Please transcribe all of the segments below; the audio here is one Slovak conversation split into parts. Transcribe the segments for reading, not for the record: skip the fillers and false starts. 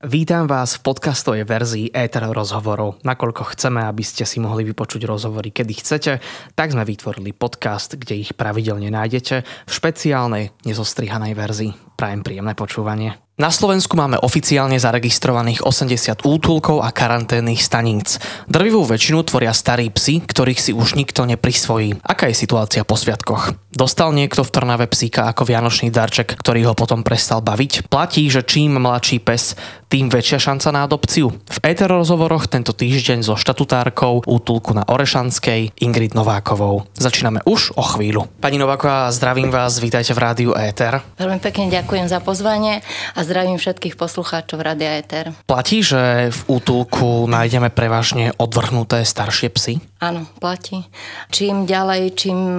Vítam vás v podcastovej verzii Éter rozhovorov. Nakoľko chceme, aby ste si mohli vypočuť rozhovory, kedy chcete, tak sme vytvorili podcast, kde ich pravidelne nájdete v špeciálnej, nezostrihanej verzii. Prajem príjemné počúvanie. Na Slovensku máme oficiálne zaregistrovaných 80 útulkov a karanténnych staníc. Drvivú väčšinu tvoria starí psi, ktorých si už nikto neprisvojí. Aká je situácia po sviatkoch? Dostal niekto v Trnave psíka ako vianočný darček, ktorý ho potom prestal baviť? Platí, že čím mladší pes, tým väčšia šanca na adopciu? V Éter rozhovoroch tento týždeň so štatutárkou útulku na Orešanskej Ingrid Novákovou. Začíname už o chvíľu. Pani Nováková, zdravím vás, vítajte v rádiu Éter. Veľmi pekne ďakujem za pozvanie a zdravím všetkých poslucháčov Rádia Éter. Platí, že v útulku nájdeme prevažne odvrhnuté staršie psy? Áno, platí. Čím ďalej, čím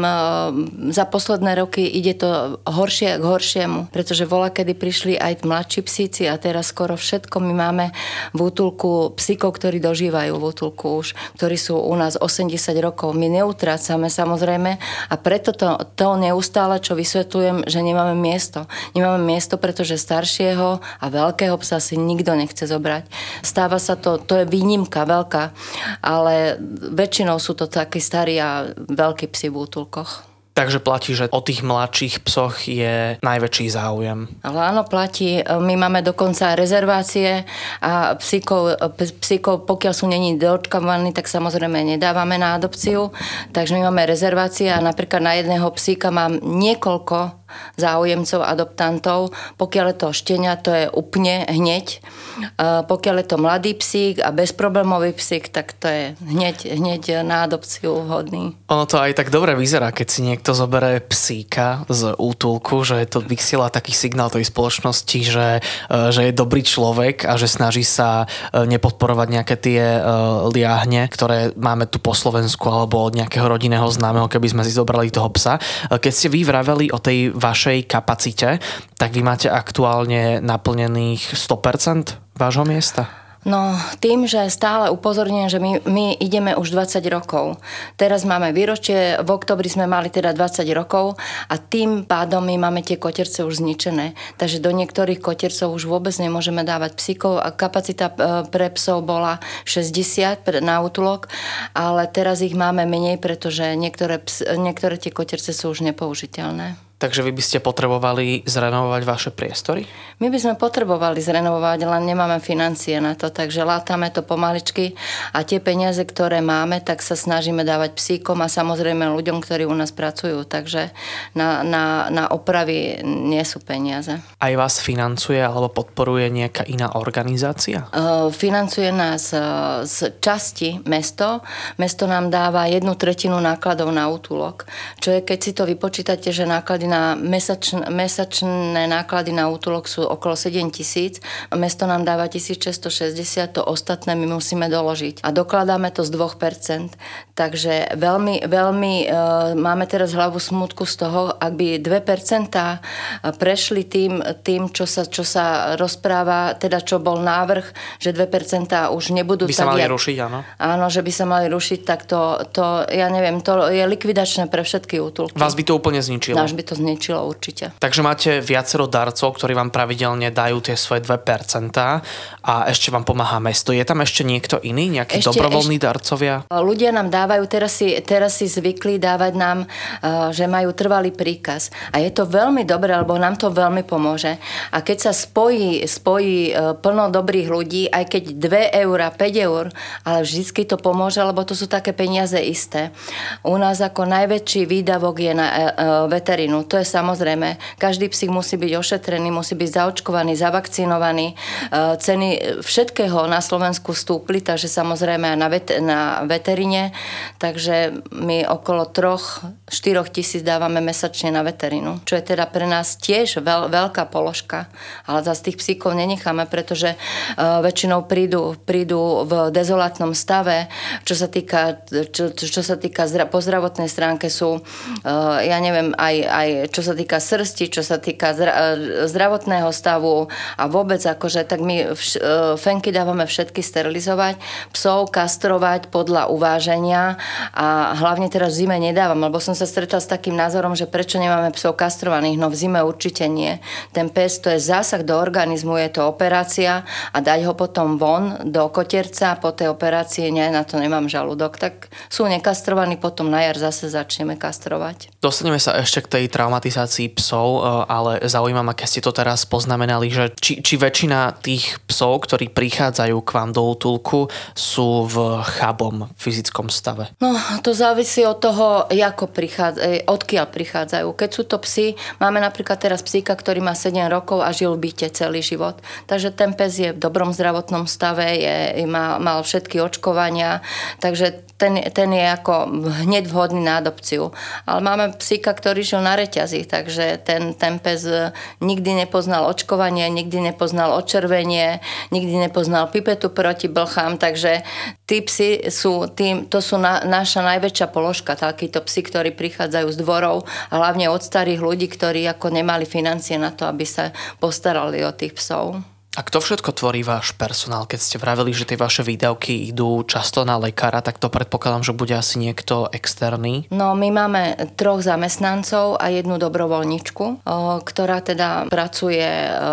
za posledné roky ide to horšie k horšiemu, pretože kedy prišli aj mladší psíci a teraz skoro všetko my máme v útulku psíkov, ktorí dožívajú v útulku už, ktorí sú u nás 80 rokov. My neutrácame samozrejme a preto to neustále, čo vysvetľujem, že nemáme miesto. Nemáme miesto, pretože staršieho a veľkého psa si nikto nechce zobrať. Stáva sa to je výnimka veľká, ale väčšinou sú to takí starí a veľkí psi v útulkoch. Takže platí, že o tých mladších psoch je najväčší záujem. Ale áno, platí. My máme dokonca rezervácie a psíkov, pokiaľ sú není doočkovaní, tak samozrejme nedávame na adopciu. Takže my máme rezervácie a napríklad na jedného psíka mám niekoľko záujemcov, adoptantov. Pokiaľ je to štenia, to je úplne hneď. Pokiaľ je to mladý psík a bezproblémový psík, tak to je hneď na adopciu vhodný. Ono to aj tak dobre vyzerá, keď si niekto zoberie psíka z útulku, že to vysiela taký signál tej spoločnosti, že je dobrý človek a že snaží sa nepodporovať nejaké tie liahne, ktoré máme tu po Slovensku alebo od nejakého rodinného známeho, keby sme si zobrali toho psa. Keď ste vy vraveli o tej vašej kapacite, tak vy máte aktuálne naplnených 100% vášho miesta? No, tým, že stále upozorňujem, že my ideme už 20 rokov. Teraz máme výročie, v októbri sme mali teda 20 rokov a tým pádom my máme tie koterce už zničené. Takže do niektorých kotercov už vôbec nemôžeme dávať psíkov a kapacita pre psov bola 60 na útulok, ale teraz ich máme menej, pretože niektoré tie koterce sú už nepoužiteľné. Takže vy by ste potrebovali zrenovovať vaše priestory? My by sme potrebovali zrenovovať, len nemáme financie na to, takže látame to pomaličky a tie peniaze, ktoré máme, tak sa snažíme dávať psíkom a samozrejme ľuďom, ktorí u nás pracujú, takže na opravy nie sú peniaze. Aj vás financuje alebo podporuje nejaká iná organizácia? Financuje nás z časti mesto. Mesto nám dáva 1/3 nákladov na útulok, čo je, keď si to vypočítate, že náklady na mesačné náklady na útulok sú okolo 7 000. Mesto nám dáva 1660, to ostatné my musíme doložiť. A dokladáme to z 2%. Takže veľmi máme teraz hlavu smútku z toho, ak by 2% prešli tým čo sa rozpráva, teda čo bol návrh, že 2% už nebudú... By sa mali rušiť, áno? Áno, že by sa mali rušiť, tak to ja neviem, to je likvidačné pre všetky útulky. Vás by to úplne zničilo? Náš by to zničilo určite. Takže máte viacero darcov, ktorí vám pravidelne dajú tie svoje 2% a ešte vám pomáha mesto. Je tam ešte niekto iný? Nejakí dobrovoľní darcovia? Ľudia nám dávajú, teraz si zvykli dávať nám, že majú trvalý príkaz. A je to veľmi dobré, lebo nám to veľmi pomôže. A keď sa spojí plno dobrých ľudí, aj keď 2 eur, 5 eur, ale vždycky to pomôže, lebo to sú také peniaze isté. U nás ako najväčší výdavok je na veterínu. To je samozrejme. Každý psík musí byť ošetrený, musí byť zaočkovaný, zavakcinovaný. Ceny všetkého na Slovensku stúpli, takže samozrejme aj na veteríne. Takže my okolo 3-4 tisíc dávame mesačne na veterínu, čo je teda pre nás tiež veľká položka. Ale zase tých psíkov nenecháme, pretože väčšinou prídu v dezolátnom stave, čo sa týka po zdravotnej stránke sú, ja neviem, aj čo sa týka srsti, čo sa týka zdravotného stavu a vôbec akože, tak my fenky dávame všetky sterilizovať, psov kastrovať podľa uváženia a hlavne teraz v zime nedávam, lebo som sa stretla s takým názorom, že prečo nemáme psov kastrovaných, no v zime určite nie. Ten pes, to je zásah do organizmu, je to operácia a dať ho potom von do kotierca po tej operácii, nie, na to nemám žalúdok, tak sú nekastrovaní, potom na jar zase začneme kastrovať. Dostaneme sa ešte k tej traumatizácii psov, ale zaujíma ma, keď ste to teraz poznamenali, že či väčšina tých psov, ktorí prichádzajú k vám do útulku, sú v chabom fyzickom stave? No, to závisí od toho, odkiaľ prichádzajú. Keď sú to psi, máme napríklad teraz psíka, ktorý má 7 rokov a žil v byte celý život. Takže ten pes je v dobrom zdravotnom stave, mal všetky očkovania, takže ten je ako hneď vhodný na adopciu. Ale máme psíka, ktorý žil na reťazi, takže ten pes nikdy nepoznal očkovanie, nikdy nepoznal očervenie, nikdy nepoznal pipetu proti blchám, takže tí psi to sú naša najväčšia položka, takíto psi, ktorí prichádzajú z dvorov a hlavne od starých ľudí, ktorí ako nemali financie na to, aby sa postarali o tých psov. A kto všetko tvorí váš personál? Keď ste vraveli, že tie vaše výdavky idú často na lekára, tak to predpokladám, že bude asi niekto externý. No, my máme 3 zamestnancov a 1 dobrovoľničku, ktorá teda pracuje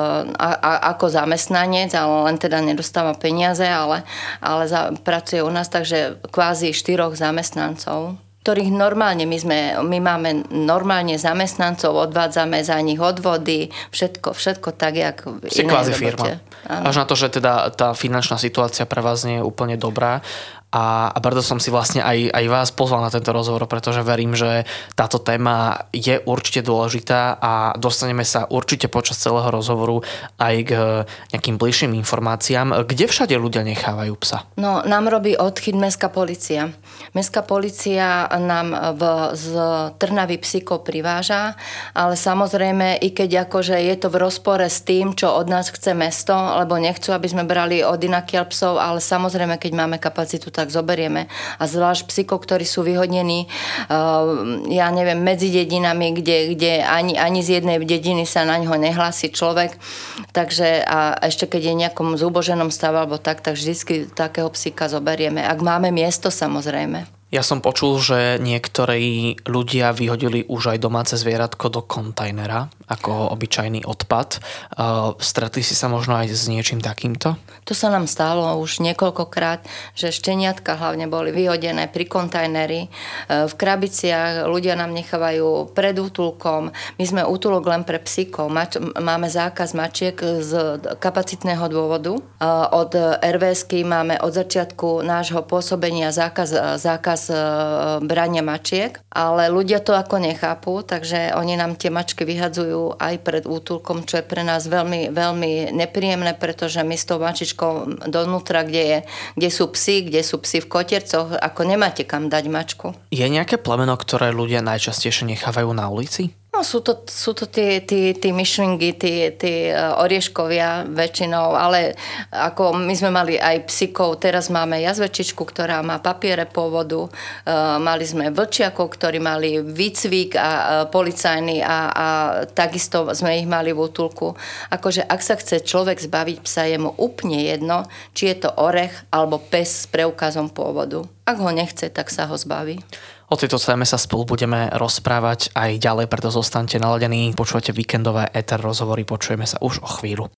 ako zamestnanec, ale len teda nedostáva peniaze, ale pracuje u nás, takže kvázi 4 zamestnancov, ktorých normálne my máme normálne zamestnancov, odvádzame za nich odvody, všetko tak, jak ste kvázi firma. Až na to, že teda tá finančná situácia pre vás nie je úplne dobrá. A preto som si vlastne aj vás pozval na tento rozhovor, pretože verím, že táto téma je určite dôležitá a dostaneme sa určite počas celého rozhovoru aj k nejakým bližším informáciám. Kde všade ľudia nechávajú psa? No, nám robí odchyt mestská polícia. Mestská polícia nám z Trnavy psíkov priváža, ale samozrejme, i keď akože je to v rozpore s tým, čo od nás chce mesto, lebo nechcú, aby sme brali od inakiaľ psov, ale samozrejme, keď máme kapacitu, tak zoberieme. A zvlášť psíkov, ktorí sú vyhodnení, ja neviem, medzi dedinami, kde ani z jednej dediny sa na ňo nehlási človek. Takže a ešte keď je v nejakom zúboženom stave alebo tak vždycky takého psíka zoberieme. Ak máme miesto, samozrejme. Ja som počul, že niektorí ľudia vyhodili už aj domáce zvieratko do kontajnera ako obyčajný odpad. Stretli si sa možno aj s niečím takýmto? To sa nám stalo už niekoľkokrát, že šteniatka hlavne boli vyhodené pri kontajneri, v krabiciach, ľudia nám nechávajú pred útulkom. My sme útulok len pre psíkov. Máme zákaz mačiek z kapacitného dôvodu. Od RVSky máme od začiatku nášho pôsobenia zákaz brania mačiek, ale ľudia to ako nechápu, takže oni nám tie mačky vyhadzujú aj pred útulkom, čo je pre nás veľmi, veľmi nepríjemné, pretože my s tou mačičkou donútra, kde sú psi v kotiercoch, ako nemáte kam dať mačku. Je nejaké plemeno, ktoré ľudia najčastejšie nechávajú na ulici? No sú to tí myšlingy, tí orieškovia väčšinou, ale ako my sme mali aj psíkov, teraz máme jazvečičku, ktorá má papiere pôvodu, mali sme vlčiakov, ktorí mali výcvik a policajný a takisto sme ich mali v útulku. Akože ak sa chce človek zbaviť psa, je mu úplne jedno, či je to orech alebo pes s preukazom pôvodu. Ak ho nechce, tak sa ho zbaví. O tejto téme sa spolu budeme rozprávať aj ďalej, preto zostaňte naladení. Počúvate víkendové Éter rozhovory, počujeme sa už o chvíľu.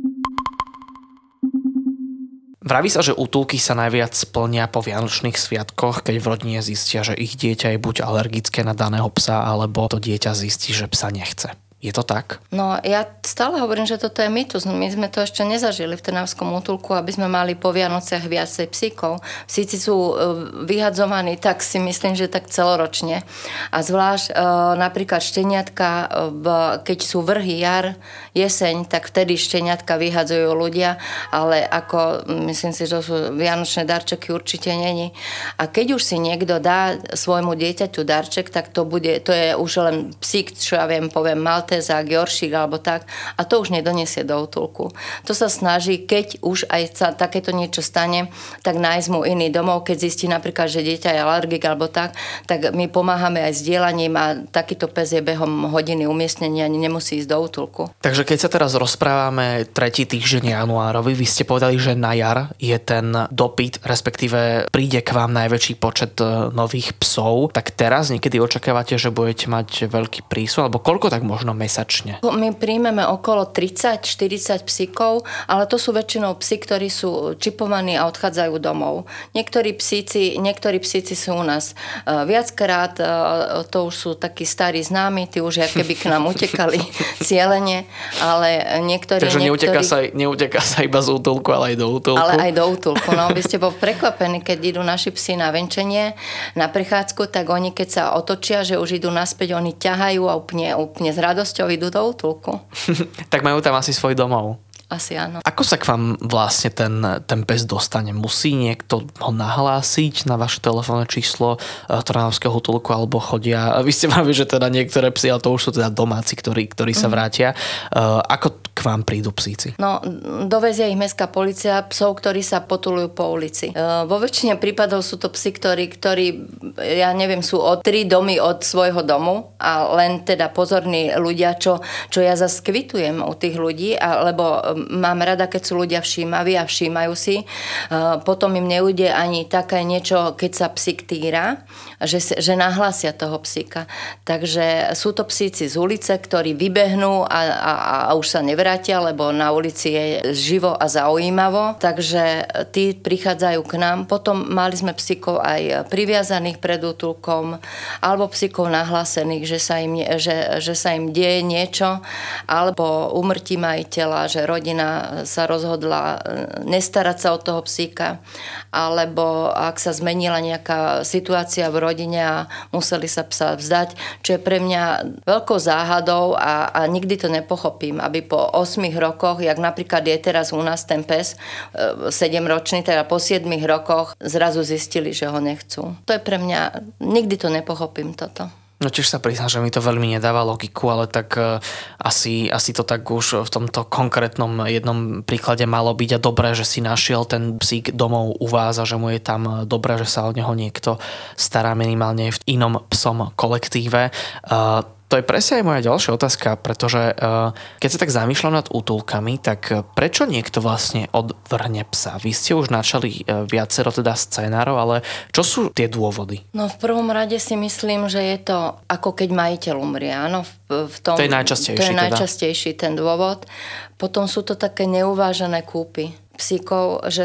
Vraví sa, že útulky sa najviac splnia po vianočných sviatkoch, keď v rodine zistia, že ich dieťa je buď alergické na daného psa, alebo to dieťa zistí, že psa nechce. Je to tak? No, ja stále hovorím, že toto je mýtus. My sme to ešte nezažili v Trnavskom útulku, aby sme mali po Vianociach viacej psíkov. Psíci sú vyhadzovaní, tak si myslím, že tak celoročne. A zvlášť napríklad šteniatka, keď sú vrhy, jar, jeseň, tak vtedy šteniatka vyhadzujú ľudia, ale ako myslím si, že sú vianočné darčeky určite není. A keď už si niekto dá svojmu dieťaťu darček, tak to je už len psík, čo ja viem, poviem, Maltese Maltézák, Yorkshire alebo tak a to už nedoniesie do útulku. To sa snaží, keď už aj sa takéto niečo stane, tak nájsť mu iný domov, keď zistí napríklad, že dieťa je alergik alebo tak my pomáhame aj s dielaním a takýto pes je behom hodiny umiestnenia, ani nemusí ísť do útulku. Takže keď sa teraz rozprávame 3. týždeň januárovi, vy ste povedali, že na jar je ten dopyt, respektíve príde k vám najväčší počet nových psov, tak teraz niekedy očakávate, že budete mať veľký prísun, alebo koľko tak možno mesačne? My príjmeme okolo 30-40 psíkov, ale to sú väčšinou psi, ktorí sú čipovaní a odchádzajú domov. Niektorí psíci sú u nás viackrát, to už sú takí starí známi, tí už keby k nám utekali cieľene, ale niektorí... Takže neuteká sa iba z útulku, ale aj do útulku. Ale aj do útulku, no by ste bol prekvapení, keď idú naši psi na venčenie, na prechádzku, tak oni keď sa otočia, že už idú naspäť, oni ťahajú a úplne s radosťou idú do útulku. Tak majú tam asi svoj domov. Asi áno. Ako sa k vám vlastne ten pes dostane? Musí niekto ho nahlásiť na vaše telefónne číslo Trnavského útulku alebo chodia? Vy ste mali, že teda niektoré psy, ale to už sú teda domáci, ktorí sa vrátia. Ako k vám prídu psíci? No, dovezie ich mestská polícia psov, ktorí sa potulujú po ulici. Vo väčšine prípadov sú to psi, ktorí ja neviem, sú o 3 domy od svojho domu a len teda pozorní ľudia, čo ja zase kvitujem u tých ľudí, lebo mám rada, keď sú ľudia všímaví a všímajú si. Potom im neujde ani také niečo, keď sa psík týra, že nahlásia toho psíka. Takže sú to psíci z ulice, ktorí vybehnú a už sa nevrátia, lebo na ulici je živo a zaujímavo. Takže tí prichádzajú k nám. Potom mali sme psíkov aj priviazaných pred útulkom alebo psíkov nahlásených, že sa im deje niečo alebo úmrtí majiteľa, že rodina sa rozhodla nestarať sa o toho psíka, alebo ak sa zmenila nejaká situácia v rodine a museli sa psa vzdať, čo je pre mňa veľkou záhadou a nikdy to nepochopím, aby po 8 rokoch, jak napríklad je teraz u nás ten pes 7-ročný, teda po 7 rokoch zrazu zistili, že ho nechcú. To je pre mňa, nikdy to nepochopím toto. No tiež sa priznám, že mi to veľmi nedáva logiku, ale tak asi to tak už v tomto konkrétnom jednom príklade malo byť a dobré, že si našiel ten psík domov u vás a že mu je tam dobré, že sa o neho niekto stará minimálne v inom psom kolektíve. To je presne aj moja ďalšia otázka, pretože keď sa tak zamýšľam nad útulkami, tak prečo niekto vlastne odvrhne psa? Vy ste už načali viacero teda scénárov, ale čo sú tie dôvody? No v prvom rade si myslím, že je to ako keď majiteľ umrie, áno. To je najčastejší najčastejší ten dôvod. Potom sú to také neuvážené kúpy psíkov, že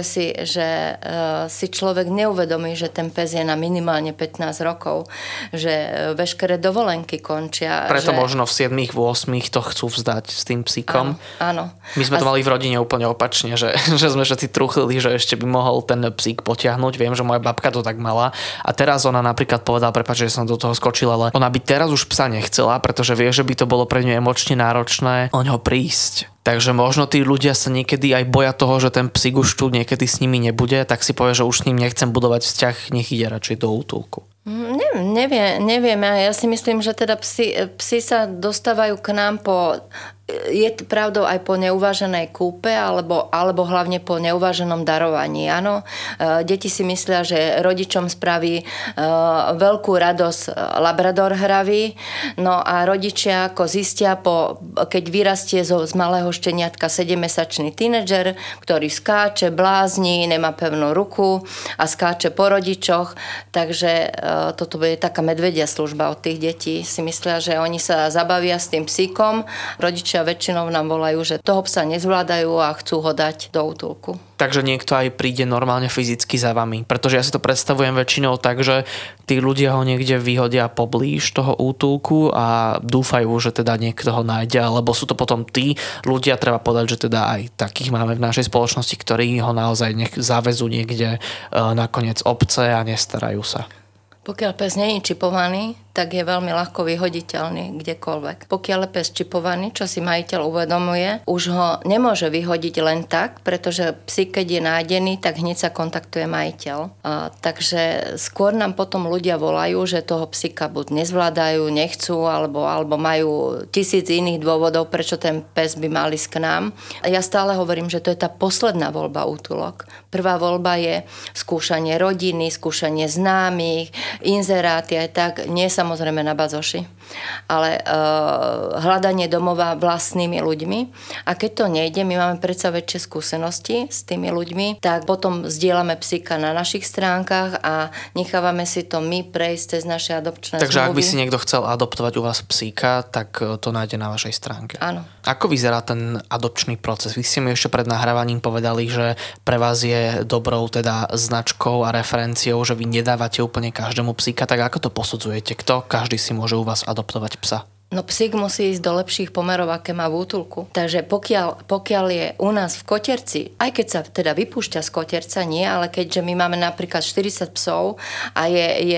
si človek neuvedomí, že ten pes je na minimálne 15 rokov, že veškeré dovolenky končia. Preto možno v 7-8 to chcú vzdať s tým psíkom. Áno. My sme to mali v rodine úplne opačne, že sme všetci truchlili, že ešte by mohol ten psík potiahnuť. Viem, že moja babka to tak mala. A teraz ona napríklad povedala, prepáč, že som do toho skočil, ale ona by teraz už psa nechcela, pretože vie, že by to bolo pre ňu emočne náročné o ňo prísť. Takže možno tí ľudia sa niekedy aj boja toho, že ten psík už tu niekedy s nimi nebude, tak si povie, že už s ním nechcem budovať vzťah, nech ide radšej do útulku. Neviem. Ja si myslím, že teda psi sa dostávajú k nám je pravdou aj po neuváženej kúpe alebo hlavne po neuváženom darovaní. Áno, deti si myslia, že rodičom spraví veľkú radosť labrador hravý, no a rodičia ako zistia, keď vyrastie z malého šteniatka 7-mesačný tínedžer, ktorý skáče, blázni, nemá pevnú ruku a skáče po rodičoch, takže toto bude taká medvedia služba od tých detí. Si myslia, že oni sa zabavia s tým psíkom, rodičia väčšinou nám volajú, že toho psa nezvládajú a chcú ho dať do útulku. Takže niekto aj príde normálne fyzicky za vami. Pretože ja si to predstavujem väčšinou tak, že tí ľudia ho niekde vyhodia poblíž toho útulku a dúfajú, že teda niekto ho nájde, alebo sú to potom tí ľudia, treba povedať, že teda aj takých máme v našej spoločnosti, ktorí ho naozaj zavezú niekde na koniec obce a nestarajú sa. Pokiaľ pes nie je čipovaný, tak je veľmi ľahko vyhoditeľný kdekoľvek. Pokiaľ je pes čipovaný, čo si majiteľ uvedomuje, už ho nemôže vyhodiť len tak, pretože psík, keď je nájdený, tak hneď sa kontaktuje majiteľ. Takže skôr nám potom ľudia volajú, že toho psíka buď nezvládajú, nechcú, alebo majú 1000 iných dôvodov, prečo ten pes by mal ísť k nám. Ja stále hovorím, že to je tá posledná voľba útulok. Prvá voľba je skúšanie rodiny, skúšanie známych, inzeráty aj tak, nie samozrejme na bazoši, ale hľadanie domova vlastnými ľuďmi. A keď to nejde, my máme predsa väčšie skúsenosti s tými ľuďmi, tak potom zdieľame psíka na našich stránkach a nechávame si to my prejsť cez naše adopčné Takže zmluvy. ak by si niekto chcel adoptovať u vás psíka, tak to nájde na vašej stránke. Áno. Ako vyzerá ten adopčný proces? Vy ste mi ešte pred nahrávaním povedali, že pre vás je dobrou teda značkou a referenciou, že vy nedávate úplne každému psíka, tak ako to posudzujete? Kto? Každý si môže u vás adoptovať psa? No psík musí ísť do lepších pomerov, aké má v útulku. Takže pokiaľ je u nás v koterci, aj keď sa teda vypúšťa z koterca, nie, ale keďže my máme napríklad 40 psov a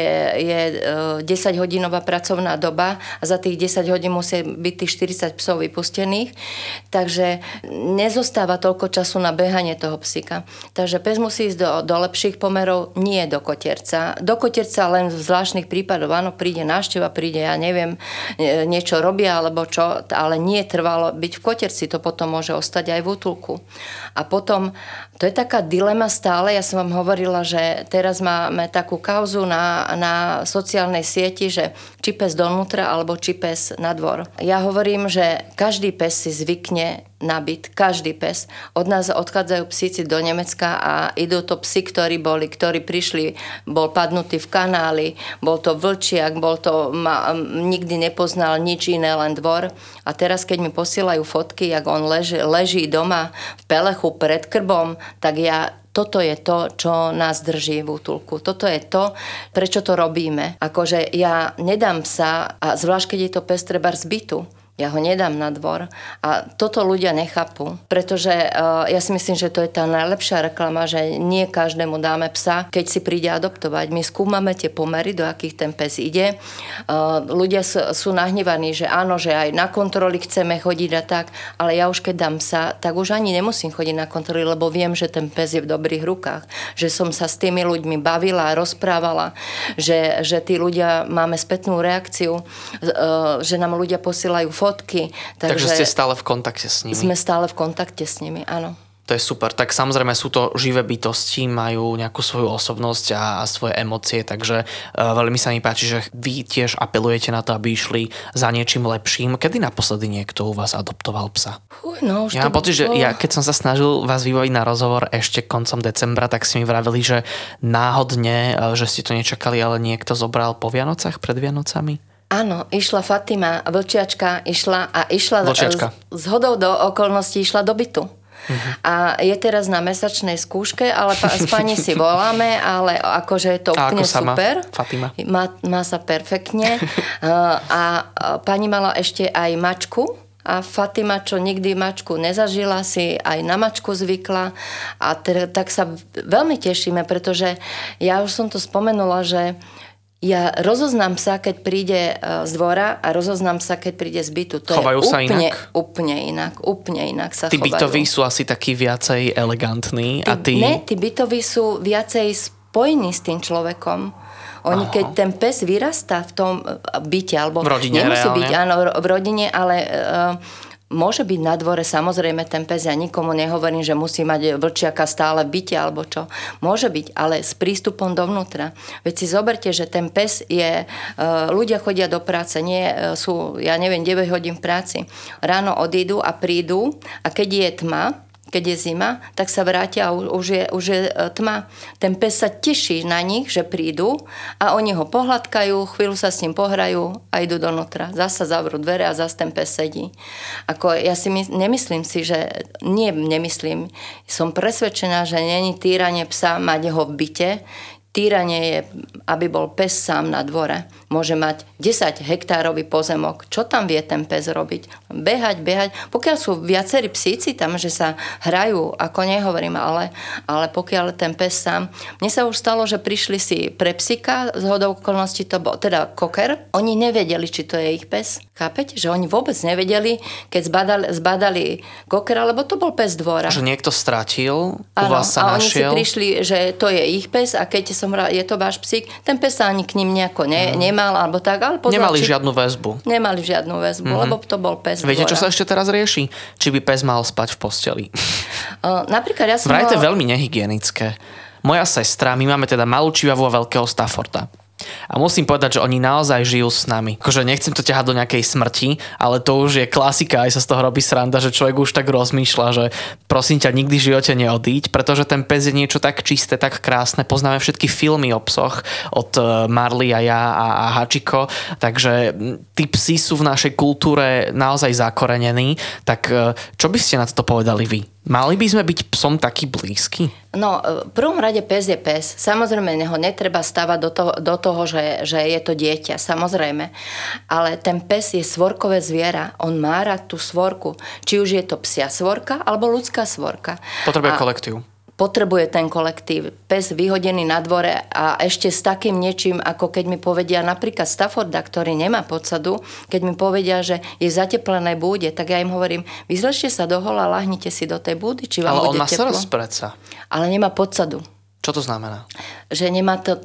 je 10-hodinová pracovná doba a za tých 10 hodín musí byť tých 40 psov vypustených, takže nezostáva toľko času na behanie toho psíka. Takže pes musí ísť do lepších pomerov, nie do koterca. Do koterca len v zvláštnych prípadoch, áno, príde návšteva, príde, ja neviem, niečo robia alebo čo, ale nie trvalo byť v koterci, to potom môže ostať aj v útulku. A potom, to je taká dilema stále, ja som vám hovorila, že teraz máme takú kauzu na sociálnej sieti, že či pes donútra alebo či pes na dvor. Ja hovorím, že každý pes si zvykne na byt, každý pes. Od nás odchádzajú psíci do Nemecka a idú to psi, ktorí prišli, bol padnutý v kanáli, bol to vlčiak, nikdy nepoznal nič iné, len dvor. A teraz, keď mi posielajú fotky, jak on leží doma v pelechu pred krbom, tak toto je to, čo nás drží v útulku. Toto je to, prečo to robíme. Akože ja nedám psa, a zvlášť, keď je to pes trebárs z bytu, ja ho nedám na dvor. A toto ľudia nechápu, pretože ja si myslím, že to je tá najlepšia reklama, že nie každému dáme psa, keď si príde adoptovať. My skúmame tie pomery, do akých ten pes ide. Ľudia sú nahnevaní, že áno, že aj na kontroly chceme chodiť a tak, ale ja už keď dám psa, tak už ani nemusím chodiť na kontroly, lebo viem, že ten pes je v dobrých rukách. Že som sa s tými ľuďmi bavila, rozprávala, že tí ľudia, máme spätnú reakciu, že nám ľudia posielajú fotky. Takže ste stále v kontakte s nimi? Sme stále v kontakte s nimi, áno. To je super. Tak samozrejme sú to živé bytosti, majú nejakú svoju osobnosť a svoje emócie, takže veľmi sa mi páči, že vy tiež apelujete na to, aby išli za niečím lepším. Kedy naposledy niekto u vás adoptoval psa? Ja mám pocit, že keď som sa snažil vás vybaviť na rozhovor ešte koncom decembra, tak si mi vraveli, že náhodne, že ste to nečakali, ale niekto zobral po Vianocach, pred Vianocami? Áno, išla Fatima, vlčiačka, išla z hodou do okolností išla do bytu. Uh-huh. A je teraz na mesačnej skúške, ale s pani si voláme, ale akože je to úplne super. Fatima? Má sa perfektne. A pani mala ešte aj mačku. A Fatima, čo nikdy mačku nezažila, si aj na mačku zvykla. A tak sa veľmi tešíme, pretože ja už som to spomenula, že ja rozoznám sa, keď príde z dvora a rozoznám sa, keď príde z bytu. To chovajú je sa inak? Úplne inak sa chovajú. Tí bytoví sú asi takí viacej elegantní. Tí bytoví sú viacej spojení s tým človekom. Oni, keď ten pes vyrastá v tom byte, alebo v rodine nemusí reálne. byť, áno, v rodine, ale môže byť na dvore, samozrejme ten pes, ja nikomu nehovorím, že musí mať vlčiaka stále v byte alebo čo. Môže byť, ale s prístupom dovnútra. Veď si zoberte, že ten pes je, ľudia chodia do práce, nie sú, ja neviem, 9 hodín v práci. Ráno odídu a prídu a keď je tma, keď je zima, tak sa vrátia a už je tma. Ten pes sa teší na nich, že prídu a oni ho pohľadkajú, chvíľu sa s ním pohrajú a idú donútra. Zasa zavrú dvere a zase ten pes sedí. Ja si nemyslím si, že nemyslím. Som presvedčená, že není týranie psa mať ho v byte. týranie je, aby bol pes sám na dvore. Môže mať 10 hektárový pozemok. Čo tam vie ten pes robiť? Behať. Pokiaľ sú viacerí psíci tam, že sa hrajú, ako nehovorím, ale pokiaľ ten pes sám. Mne sa už stalo, že prišli si pre psíka, zhodou okolností to bol, teda koker. Oni nevedeli, či to je ich pes. Chápete? Že oni vôbec nevedeli, keď zbadali kokera, lebo to bol pes dvora. Že niekto stratil, u vás sa našiel. A oni si prišli, že to je ich pes a keď je to váš psík, ten pes sa ani k ním nejako nemal, alebo tak. Ale nemali žiadnu väzbu. Nemali žiadnu väzbu, lebo to bol pes dvora. Viete, čo sa ešte teraz rieši? Či by pes mal spať v posteli? Napríklad ja som... Vraj to je veľmi nehygienické. Moja sestra, my máme teda malú čivavu a veľkého Stafforda. A musím povedať, že oni naozaj žijú s nami. Akože nechcem to ťahať do nejakej smrti, ale to už je klasika, aj sa z toho robí sranda, že človek už tak rozmýšľa, že prosím ťa, nikdy v živote neodíď, pretože ten pes je niečo tak čisté, tak krásne. Poznáme všetky filmy o psoch od Marley a ja a Hachiko, takže tí psi sú v našej kultúre naozaj zakorenení. Tak čo by ste na to povedali vy? Mali by sme byť psom taký blízky? No, v prvom rade pes je pes. Samozrejme, ho netreba stavať do toho, že je to dieťa. Samozrejme. Ale ten pes je svorkové zviera. On má rád tú svorku. Či už je to psia svorka, alebo ľudská svorka. Potrebuje kolektív. Potrebuje ten kolektív. Pes vyhodený na dvore a ešte s takým niečím, ako keď mi povedia napríklad Stafforda, ktorý nemá podsadu, keď mi povedia, že je v zateplenej búde, tak ja im hovorím, vyzležte sa do hola, lahnite si do tej búdy, či vám bude teplo. Ale on má srst predsa. Ale nemá podsadu. Čo to znamená? Že nemá to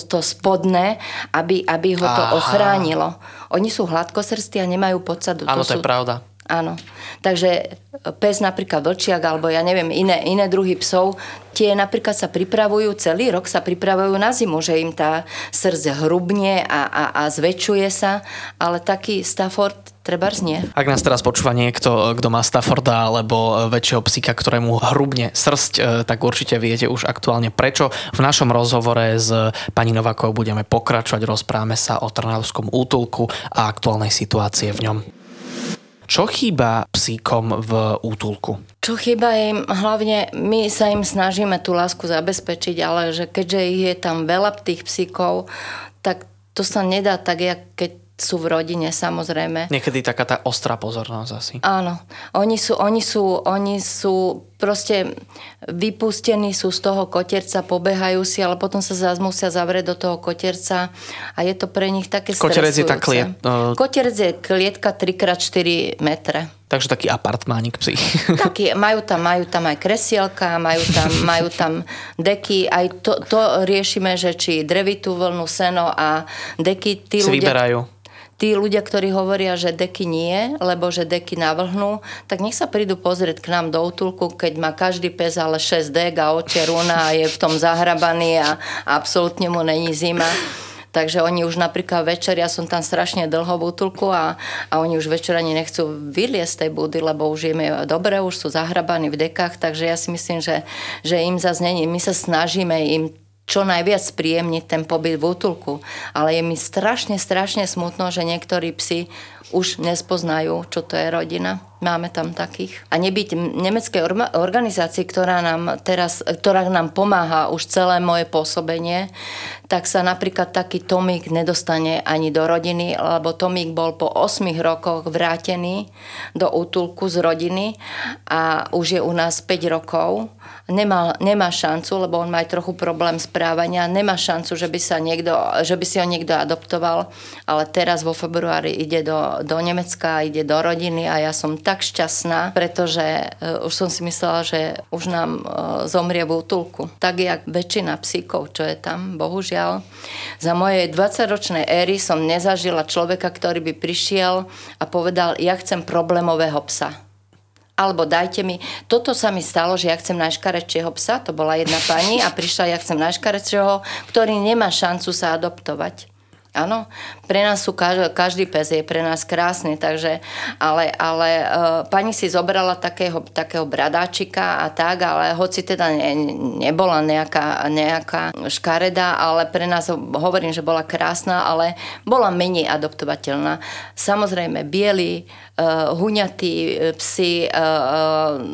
spodné, aby ho to ochránilo. Oni sú hladkosrstí a nemajú podsadu. Áno, to je pravda. Áno. Takže pes napríklad vlčiak alebo ja neviem, iné druhy psov, tie napríklad sa pripravujú, celý rok sa pripravujú na zimu, že im tá srdce hrubne a zväčšuje sa, ale taký Stafford trebárs nie. Ak nás teraz počúva niekto, kto má Stafforda alebo väčšieho psíka, ktorému hrubne srsť, tak určite viete už aktuálne prečo. V našom rozhovore s pani Novákovou budeme pokračovať, rozprávame sa o trnavskom útulku a aktuálnej situácie v ňom. Čo chýba psíkom v útulku? Čo chýba im, hlavne my sa im snažíme tú lásku zabezpečiť, ale že keďže ich je tam veľa tých psíkov, tak to sa nedá tak, jak keď sú v rodine, samozrejme. Niekedy taká tá ostrá pozornosť asi. Áno. Oni sú proste vypustení sú z toho kotierca, pobehajú si, ale potom sa zase musia zavrieť do toho kotierca a je to pre nich také stresujúce. Kotierec je klietka 3x4 metre. Takže taký apartmánik psi. Taký, majú tam aj kresielka, majú tam deky, aj to riešime, že či drevitú vlnu, seno a deky vyberajú. Tí ľudia, ktorí hovoria, že deky nie, lebo že deky navlhnú, tak nech sa prídu pozrieť k nám do útulku, keď má každý pes ale 6 dek a oče rúna a je v tom zahrabaný a absolútne mu není zima. Takže oni už napríklad večer, ja som tam strašne dlho v útulku a oni už večer ani nechcú vyliesť z tej budy, lebo už im je dobre, už sú zahrabaní v dekách, takže ja si myslím, že im zase není, my sa snažíme im čo najviac spríjemniť ten pobyt v útulku. Ale je mi strašne smutno, že niektorí psi už nespoznajú, čo to je rodina. Máme tam takých. A nebyť nemeckej organizácii, ktorá nám pomáha už celé moje pôsobenie, tak sa napríklad taký Tomík nedostane ani do rodiny, lebo Tomík bol po 8 rokoch vrátený do útulku z rodiny a už je u nás 5 rokov. Nemá šancu, lebo on má aj trochu problém správania. Nemá šancu, že by si ho niekto adoptoval, ale teraz vo februári ide do Nemecka, ide do rodiny a ja som tak šťastná, pretože už som si myslela, že už nám zomrie v útulku. Tak jak väčšina psíkov, čo je tam, bohužiaľ. Za mojej 20-ročnej éry som nezažila človeka, ktorý by prišiel a povedal, ja chcem problémového psa. Alebo dajte mi, toto sa mi stalo, že ja chcem najškarečšieho psa, to bola jedna pani a prišla, ja chcem najškarečšieho, ktorý nemá šancu sa adoptovať. Áno, pre nás každý pes je pre nás krásny, takže, ale pani si zobrala takého bradáčika a tak, ale hoci teda nebola nejaká škareda, ale pre nás hovorím, že bola krásna, ale bola menej adoptovateľná. Samozrejme, biely, huňatí psi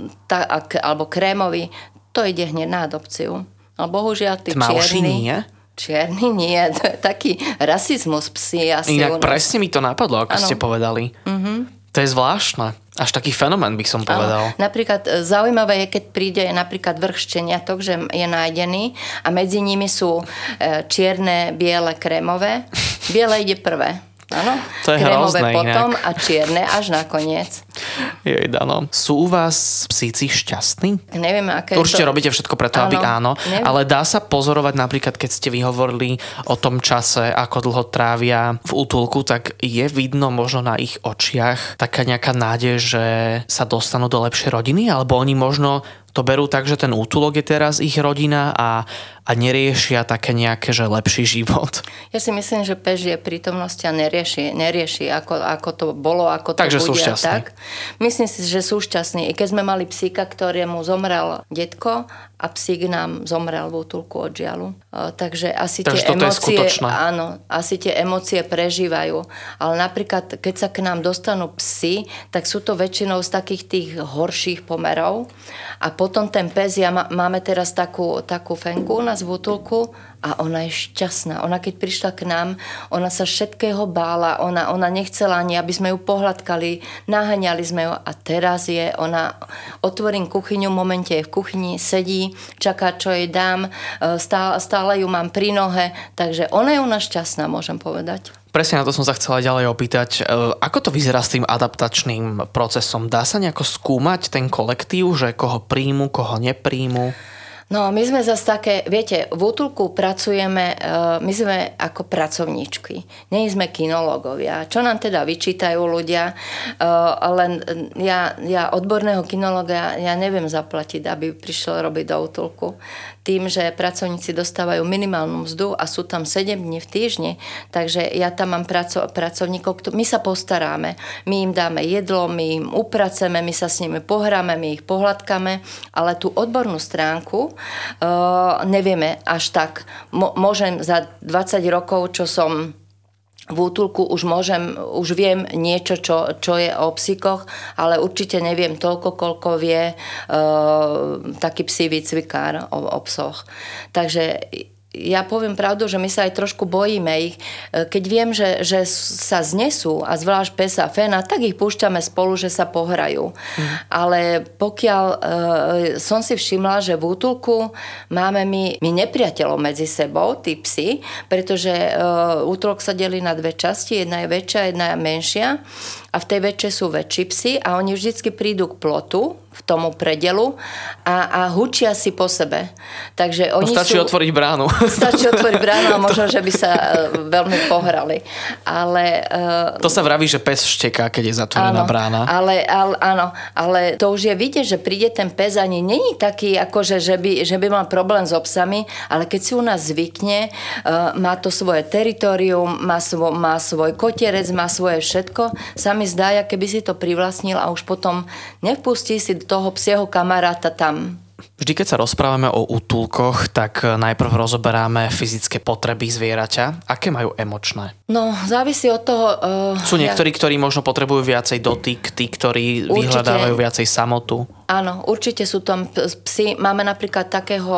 alebo krémoví, to ide hneď na adopciu. Ale bohužiaľ tí tmavší čierni... nie? Čierny nie, to je taký rasizmus psi asi. Inak presne mi to napadlo, ako ste povedali. To je zvláštne. Až taký fenomén by som povedal. Napríklad zaujímavé je, keď príde napríklad vrch šteniatok, že je nájdený a medzi nimi sú čierne, biele, krémové. Biele ide prvé. Áno, to je krémové hrozné potom inak. A čierne až nakoniec. Dano. Sú u vás psíci šťastní? Neviem, aké Určite robíte všetko preto, aby áno. Neviem. Ale dá sa pozorovať napríklad, keď ste vyhovorili o tom čase, ako dlho trávia v útulku, tak je vidno možno na ich očiach taká nejaká nádej, že sa dostanú do lepšej rodiny? Alebo oni možno to berú tak, že ten útulok je teraz ich rodina a neriešia také nejaké, že lepší život? Ja si myslím, že pes žije prítomnosti a nerieši ako to bolo, ako to Takže bude. sú šťastní. Tak. Myslím si, že sú šťastní. I keď sme mali psíka, ktorému zomrel detko a psík nám zomrel v útulku od žialu. Takže asi tie emócie, áno, asi tie emócie prežívajú. Ale napríklad, keď sa k nám dostanú psi, tak sú to väčšinou z takých tých horších pomerov. A potom ten pes, máme teraz takú fenku u nás v útulku a ona je šťastná. Ona keď prišla k nám, ona sa všetkého bála, ona nechcela ani, aby sme ju pohľadkali, naháňali sme ju a teraz otvorím kuchyňu, v momente je v kuchyni, sedí, čaká, čo jej dám, stále ju mám pri nohe, takže ona je u nás šťastná, môžem povedať. Presne na to som sa chcela ďalej opýtať. Ako to vyzerá s tým adaptačným procesom? Dá sa nejako skúmať ten kolektív, že koho príjmu, koho nepríjmu? No, my sme zase také, viete, v útulku pracujeme, my sme ako pracovníčky. Nie sme kinológovia. Čo nám teda vyčítajú ľudia? Len ja odborného kinológa ja neviem zaplatiť, aby prišiel robiť do útulku. Tým, že pracovníci dostávajú minimálnu mzdu a sú tam 7 dní v týždni, takže ja tam mám pracovníkov, my sa postaráme. My im dáme jedlo, my im upraceme, my sa s nimi pohráme, my ich pohľadkáme, ale tú odbornú stránku nevieme až tak. Môžem za 20 rokov, čo som v útulku, už viem niečo, čo je o psíkoch, ale určite neviem toľko, koľko vie taký psí výcvikár o psoch. Takže ja poviem pravdu, že my sa aj trošku bojíme ich. Keď viem, že sa znesú, a zvlášť pes a féna, tak ich púšťame spolu, že sa pohrajú. Ale pokiaľ som si všimla, že v útulku máme my nepriateľov medzi sebou, tí psi, pretože útulok sa delí na dve časti, jedna je väčšia, jedna je menšia. A v tej väčšej sú väčší psi a oni vždycky prídu k plotu, v tomu predelu a hučia si po sebe. Takže oni stačí otvoriť bránu. Stačí otvoriť bránu a možno, že by sa veľmi pohrali. Ale to sa vraví, že pes šteká, keď je zatvorená brána. Áno, ale to už je vidieť, že príde ten pes, ani není taký, akože, že by mal problém s obsami, ale keď si u nás zvykne, má to svoje teritorium, má svoj kotierec, má svoje všetko, sa mi zdá, keby si to privlastnil a už potom nevpustí si do toho psieho kamaráta tam. Vždy, keď sa rozprávame o útulkoch, tak najprv rozoberáme fyzické potreby zvieraťa. Aké majú emočné? No, závisí od toho... Sú niektorí, ktorí možno potrebujú viacej dotyk, tí, ktorí vyhľadávajú viacej samotu. Áno, určite sú tam psi. Máme napríklad takého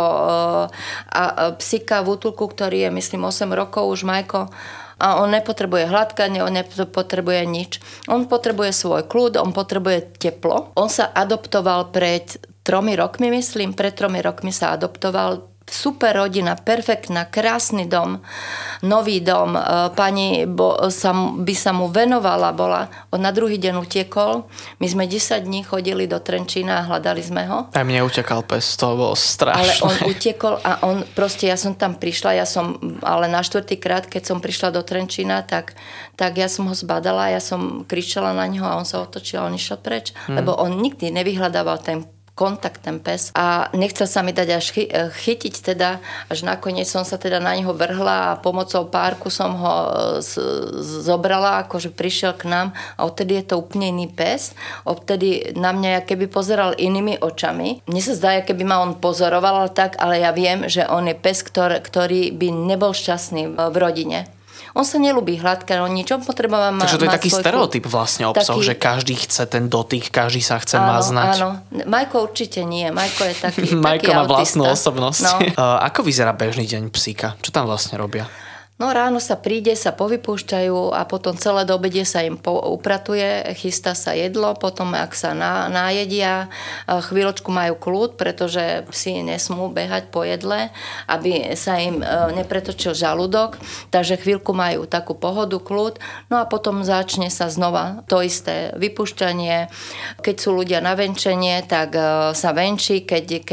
psíka v útulku, ktorý je, myslím, 8 rokov už, Majko. A on nepotrebuje hladkanie, on nepotrebuje nič. On potrebuje svoj kľud, on potrebuje teplo. On sa adoptoval pred 3 rokmi, myslím. Pred 3 rokmi sa adoptoval. Super rodina, perfektná, krásny dom, nový dom. Pani by sa mu venovala, on na druhý deň utiekol. My sme 10 dní chodili do Trenčína a hľadali sme ho. Aj mne utekal pes, to bolo strašné. Ale on utiekol a ja som tam prišla, ale na 4. krát, keď som prišla do Trenčína, tak ja som ho zbadala, ja som kričala na neho a on sa otočil a on išiel preč. Lebo on nikdy nevyhľadával ten kontakt, ten pes. A nechcel sa mi dať až chytiť teda, až nakoniec som sa teda na neho vrhla a pomocou párku som ho zobrala, akože prišiel k nám a odtedy je to úplne iný pes. Odtedy na mňa keby pozeral inými očami. Mne sa zdá, keby ma on pozoroval tak, ale ja viem, že on je pes, ktorý by nebol šťastný v rodine. On sa nelúbi hladkať, on nič, on potrebuje Takže to je taký stereotyp vlastne o psoch, že každý chce ten dotyk, každý sa chce maznať. Áno, Majko určite nie. Majko je taký Majko má autista. vlastnú osobnosť. No. Ako vyzerá bežný deň psíka? Čo tam vlastne robia? No ráno sa príde, sa povypúšťajú a potom celé do obede sa im upratuje, chystá sa jedlo, potom ak sa najedia, chvíľočku majú kľud, pretože psi nesmú behať po jedle, aby sa im nepretočil žalúdok, takže chvíľku majú takú pohodu, kľud, no a potom začne sa znova to isté vypúšťanie. Keď sú ľudia na venčenie, tak sa venčí,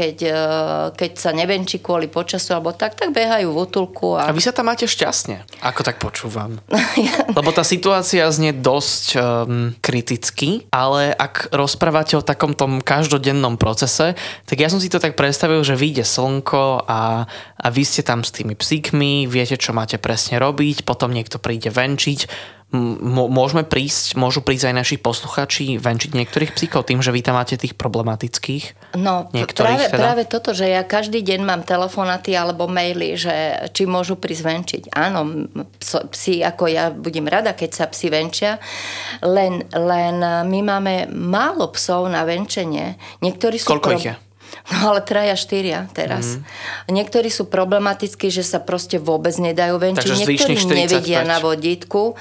keď sa nevenčí kvôli počasu alebo tak behajú v útulku. A vy sa tam máte šťastne? Ako tak počúvam. Lebo tá situácia znie dosť kriticky, ale ak rozprávate o takom tom každodennom procese, tak ja som si to tak predstavil, že vyjde slnko a vy ste tam s tými psíkmi, viete, čo máte presne robiť, potom niekto príde venčiť. Môžu prísť aj naši posluchači venčiť niektorých psíkov tým, že vy tam máte tých problematických? No, práve toto, že ja každý deň mám telefonáty alebo maily, že či môžu prísť venčiť. Áno, psi, ako ja budem rada, keď sa psi venčia, len my máme málo psov na venčenie. Niektorí sú Koľko ich je? No ale 3 a 4 teraz. Niektorí sú problematickí, že sa proste vôbec nedajú venčiť. Takže niektorí nevedia na vodítku.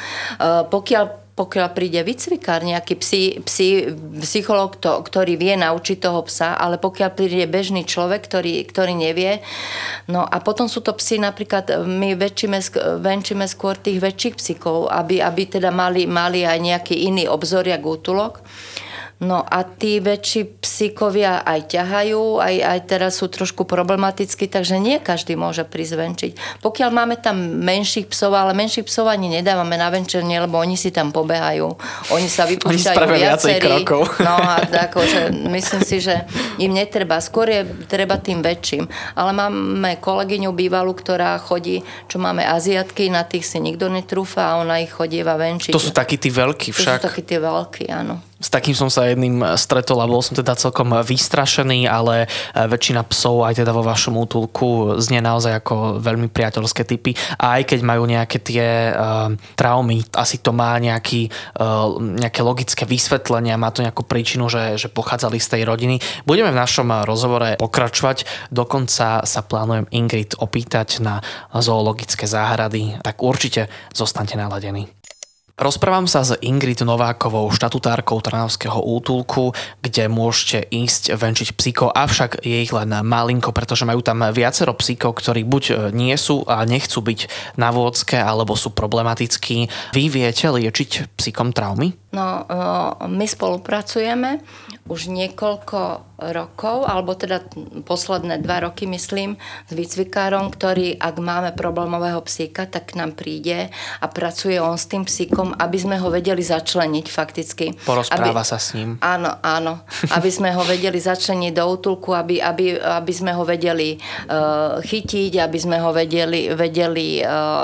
Pokiaľ príde výcvikár, nejaký psychológ, ktorý vie naučiť toho psa, ale pokiaľ príde bežný človek, ktorý nevie. No a potom sú to psi, napríklad my venčíme skôr tých väčších psíkov, aby teda mali aj nejaký iný obzor, jak útulok. No a tí väčší psíkovia aj ťahajú, aj teraz sú trošku problematickí, takže nie každý môže prísť venčiť. Pokiaľ máme tam menších psov, ale menších psov ani nedávame na venčenie, lebo oni si tam pobehajú. Oni sa vypúšťajú viacerí. No a akože myslím si, že im netreba. Skôr je treba tým väčším. Ale máme kolegyňu bývalú, ktorá chodí, čo máme Aziatky, na tých si nikto netrúfa a ona ich chodieva venčiť. To sú takí tí veľkí však. To sú takí tí veľkí, áno. S takým som sa jedným stretol a bol som teda celkom vystrašený, ale väčšina psov aj teda vo vašom útulku znie naozaj ako veľmi priateľské typy. A aj keď majú nejaké tie traumy, asi to má nejaké logické vysvetlenia, má to nejakú príčinu, že pochádzali z tej rodiny. Budeme v našom rozhovore pokračovať. Dokonca sa plánujem Ingrid opýtať na zoologické záhrady, tak určite zostaňte naladení. Rozprávam sa s Ingrid Novákovou, štatutárkou Trnavského útulku, kde môžete ísť venčiť psíkov, avšak je ich len malinko, pretože majú tam viacero psíkov, ktorí buď nie sú a nechcú byť na vôdzke, alebo sú problematickí. Vy viete liečiť psíkom traumy? No, my spolupracujeme už niekoľko rokov, alebo teda posledné 2 roky, myslím, s výcvikárom, ktorý, ak máme problémového psíka, tak k nám príde a pracuje on s tým psíkom, aby sme ho vedeli začleniť fakticky. Porozpráva sa s ním. Áno. Aby sme ho vedeli začleniť do útulku, aby sme ho vedeli chytiť, aby sme ho vedeli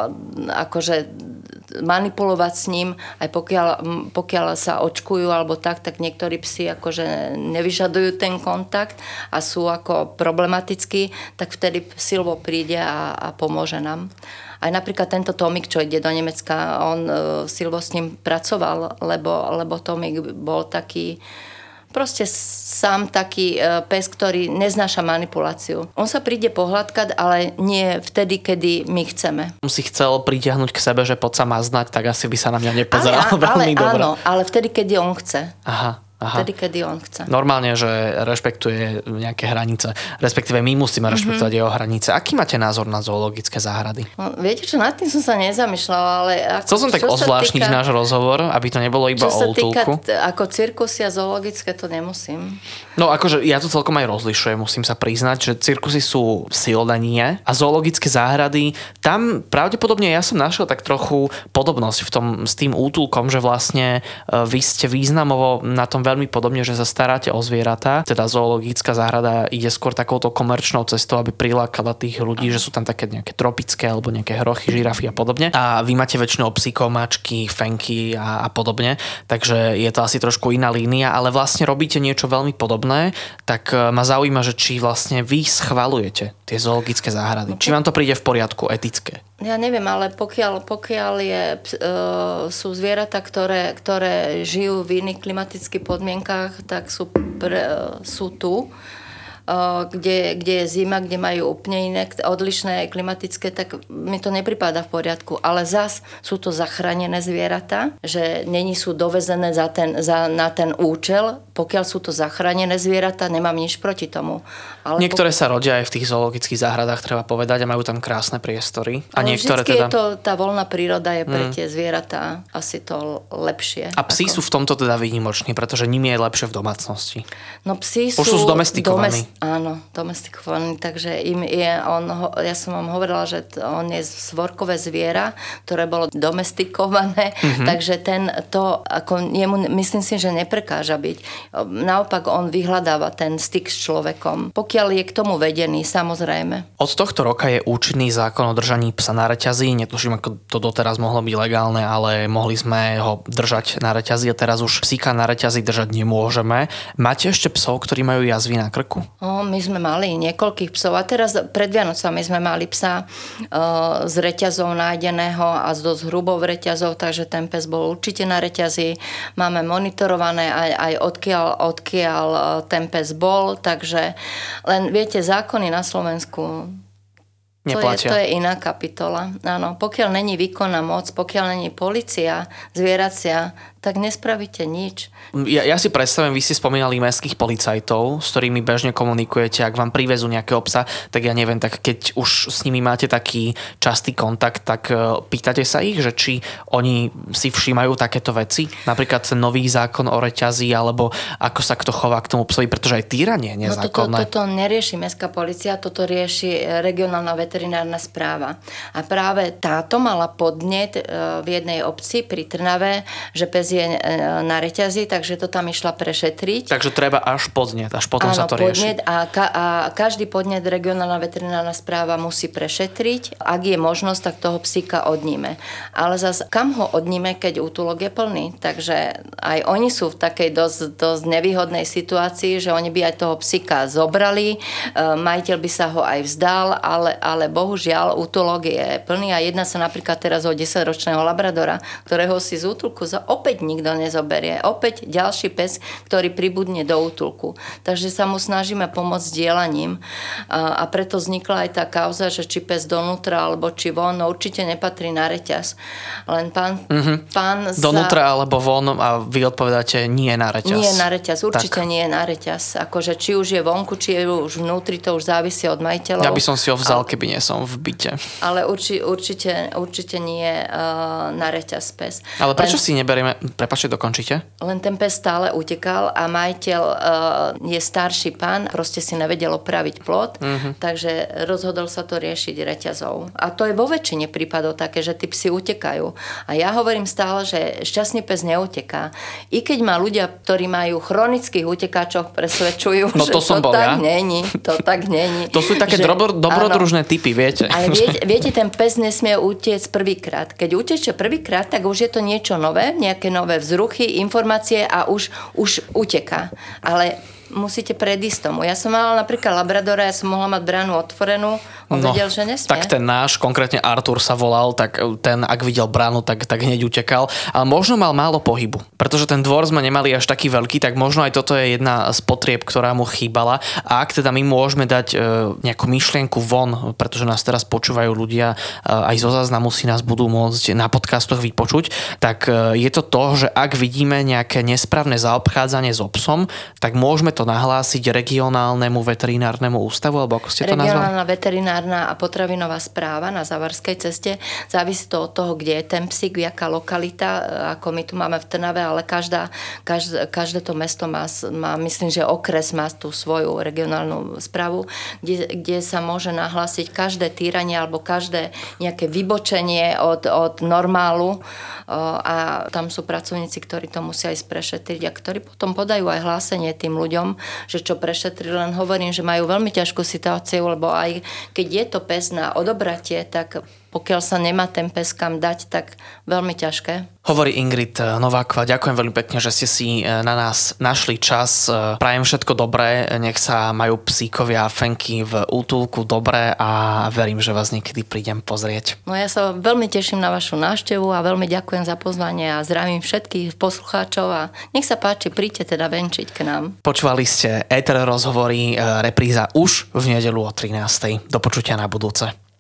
akože manipulovať s ním, aj pokiaľ sa očkujú alebo tak niektorí psi akože nevyžadujú ten kontakt a sú ako problematickí, tak vtedy Silvo príde a pomôže nám. Aj napríklad tento Tomik, čo ide do Nemecka, Silvo s ním pracoval, lebo Tomik bol taký proste sám taký pes, ktorý neznáša manipuláciu. On sa príde pohľadkať, ale nie vtedy, kedy my chceme. On si chcel pritiahnuť k sebe, že poď sa maznať, tak asi by sa na mňa nepozeral veľmi dobre. Áno, ale vtedy, kedy on chce. Aha. Vtedy, kedy on chce. Normálne, že rešpektuje nejaké hranice. Respektíve my musíme rešpektovať jeho hranice. Aký máte názor na zoologické záhrady? No, viete čo, nad tým som sa nezamýšľala, ale... Chcel som tak ozvláštniť náš rozhovor, aby to nebolo iba o útulku. Čo sa týka ako cirkusy a zoologické, to nemusím. No akože ja to celkom aj rozlišujem, musím sa priznať, že cirkusy sú silné nie a zoologické záhrady, tam pravdepodobne ja som našiel tak trochu podobnosť s tým útulkom, že vlastne vy ste významovo na tom veľmi podobne, že sa staráte o zvieratá, teda zoologická záhrada ide skôr takouto komerčnou cestou, aby prilákala tých ľudí, že sú tam také nejaké tropické alebo nejaké hrochy, žirafy a podobne. A vy máte väčšinou psíkov, mačky, fenky a podobne, takže je to asi trošku iná línia, ale vlastne robíte niečo veľmi podobné, tak ma zaujíma, že či vlastne vy schvaľujete tie zoologické záhrady. Či vám to príde v poriadku, etické? Ja neviem, ale pokiaľ sú zvieratá, ktoré žijú v iných klimatických podmienkách, tak sú tu, kde je zima, kde majú úplne iné odlišné klimatické, tak mi to nepripadá v poriadku. Ale zas sú to zachránené zvieratá, že není sú dovezené na ten účel. Pokiaľ sú to zachránené zvieratá, nemám nič proti tomu. Ale niektoré sa rodia aj v tých zoologických záhradách, treba povedať, a majú tam krásne priestory. A ale niektoré vždycky teda... je to, tá voľná príroda je pre tie zvieratá asi to lepšie. A psi sú v tomto teda výnimoční, pretože nimi je lepšie v domácnosti. No psi už sú zdomestikovaní. Áno, domestikovaný, takže ja som vám hovorila, že on je svorkové zviera, ktoré bolo domestikované, takže jemu myslím si, že neprekáža byť. Naopak on vyhľadáva ten styk s človekom. Pokiaľ je k tomu vedený, samozrejme. Od tohto roka je účinný zákon o držaní psa na reťazi. Netuším, ako to doteraz mohlo byť legálne, ale mohli sme ho držať na reťazi a teraz už psíka na reťazi držať nemôžeme. Máte ešte psov, ktorí majú jazvy na krku? My sme mali niekoľkých psov a teraz pred Vianocami sme mali psa z reťazov nájdeného a s dosť hrubou reťazou, takže ten pes bol určite na reťazi. Máme monitorované aj odkiaľ ten pes bol, takže len viete, zákony na Slovensku neplatia. To je iná kapitola. Áno, pokiaľ není výkonná moc, pokiaľ není polícia zvieracia, tak nespravíte nič. Ja si predstavím, vy ste spomínali mestských policajtov, s ktorými bežne komunikujete, ak vám privezú nejakého psa, tak ja neviem, tak keď už s nimi máte taký častý kontakt, tak pýtate sa ich, že či oni si všímajú takéto veci? Napríklad ten nový zákon o reťazi, alebo ako sa kto chová k tomu psovi, pretože aj týranie je nezákonné. No toto nerieši mestská polícia, toto rieši regionálna veterinárna správa. A práve táto mala podnet v jednej obci pri Trnave, že pes je na reťazi, takže to tam išla prešetriť. Takže treba až podnet, až potom sa to rieši. A každý podnet regionálna veterinárna správa musí prešetriť. Ak je možnosť, tak toho psíka odníme. Ale zase kam ho odníme, keď útulok je plný? Takže aj oni sú v takej dosť nevýhodnej situácii, že oni by aj toho psíka zobrali, majiteľ by sa ho aj vzdal, ale bohužiaľ útulok je plný a jedná sa napríklad teraz o 10-ročného labradora, ktorého si z útulku opäť nikto nezoberie. Opäť ďalší pes, ktorý pribudne do útulku. Takže sa mu snažíme pomôcť dielaním a preto vznikla aj tá kauza, že či pes donútra alebo či von, no určite nepatrí na reťaz. Len pán donútra alebo von a vy odpovedáte nie na reťaz. Nie na reťaz, určite nie na reťaz. Akože či už je vonku, či je už vnútri, to už závisí od majiteľov. Ja by som si ho vzal, keby nie som v byte. Ale určite nie na reťaz pes. Ale prečo si neberieme... Prepáčte, dokončite. Len ten pes stále utekal a majiteľ je starší pán, proste si nevedel opraviť plot, takže rozhodol sa to riešiť reťazou. A to je vo väčšine prípadov také, že tí psi utekajú. A ja hovorím stále, že šťastný pes neuteká. I keď ma ľudia, ktorí majú chronických utekáčov, presvedčujú, že to tak není. To tak není. To sú také dobrodružné typy, viete. Ale viete, ten pes nesmie utiecť prvýkrát. Keď uteče prvýkrát, tak už je to niečo nové, nejaké nové vzruchy, informácie a už uteká. Ale musíte predísť tomu. Ja som mala napríklad labradora, ja som mohla mať bránu otvorenú, on vedel, že nesmie. Tak ten náš, konkrétne Artur sa volal, tak ten, ak videl bránu, tak hneď utekal. Ale možno mal málo pohybu, pretože ten dvor sme nemali až taký veľký, tak možno aj toto je jedna z potrieb, ktorá mu chýbala. A ak teda my môžeme dať nejakú myšlienku von, pretože nás teraz počúvajú ľudia, aj zo záznamu si nás budú môcť na podcastoch vypočuť, tak je to, že ak vidíme nejaké nesprávne zaobchádzanie s obsom, tak môžeme to nahlásiť regionálnemu veterinárnemu ústavu, alebo ako ste to nazvali? Regionálna veterinárna a potravinová správa na Závarskej ceste. Závisí to od toho, kde je ten psík, jaká lokalita, ako my tu máme v Trnave, ale každé to mesto má, myslím, že okres má tú svoju regionálnu správu, kde sa môže nahlásiť každé týranie alebo každé nejaké vybočenie od normálu a tam sú pracovníci, ktorí to musia ísť prešetriť a ktorí potom podajú aj hlásenie tým ľuďom, že čo prešetri, len hovorím, že majú veľmi ťažkú situáciu, lebo aj keď je to pes na odobratie, tak pokiaľ sa nemá ten pes kam dať, tak veľmi ťažké. Hovorí Ingrid Nováková, ďakujem veľmi pekne, že ste si na nás našli čas. Prajem všetko dobré, nech sa majú psíkovia a fenky v útulku dobre a verím, že vás niekedy prídem pozrieť. No ja sa veľmi teším na vašu návštevu a veľmi ďakujem za pozvanie a zdravím všetkých poslucháčov a nech sa páči, príďte teda venčiť k nám. Počúvali ste Éter rozhovory, repríza už v nedeľu o 13:00. Do počutia na budúce.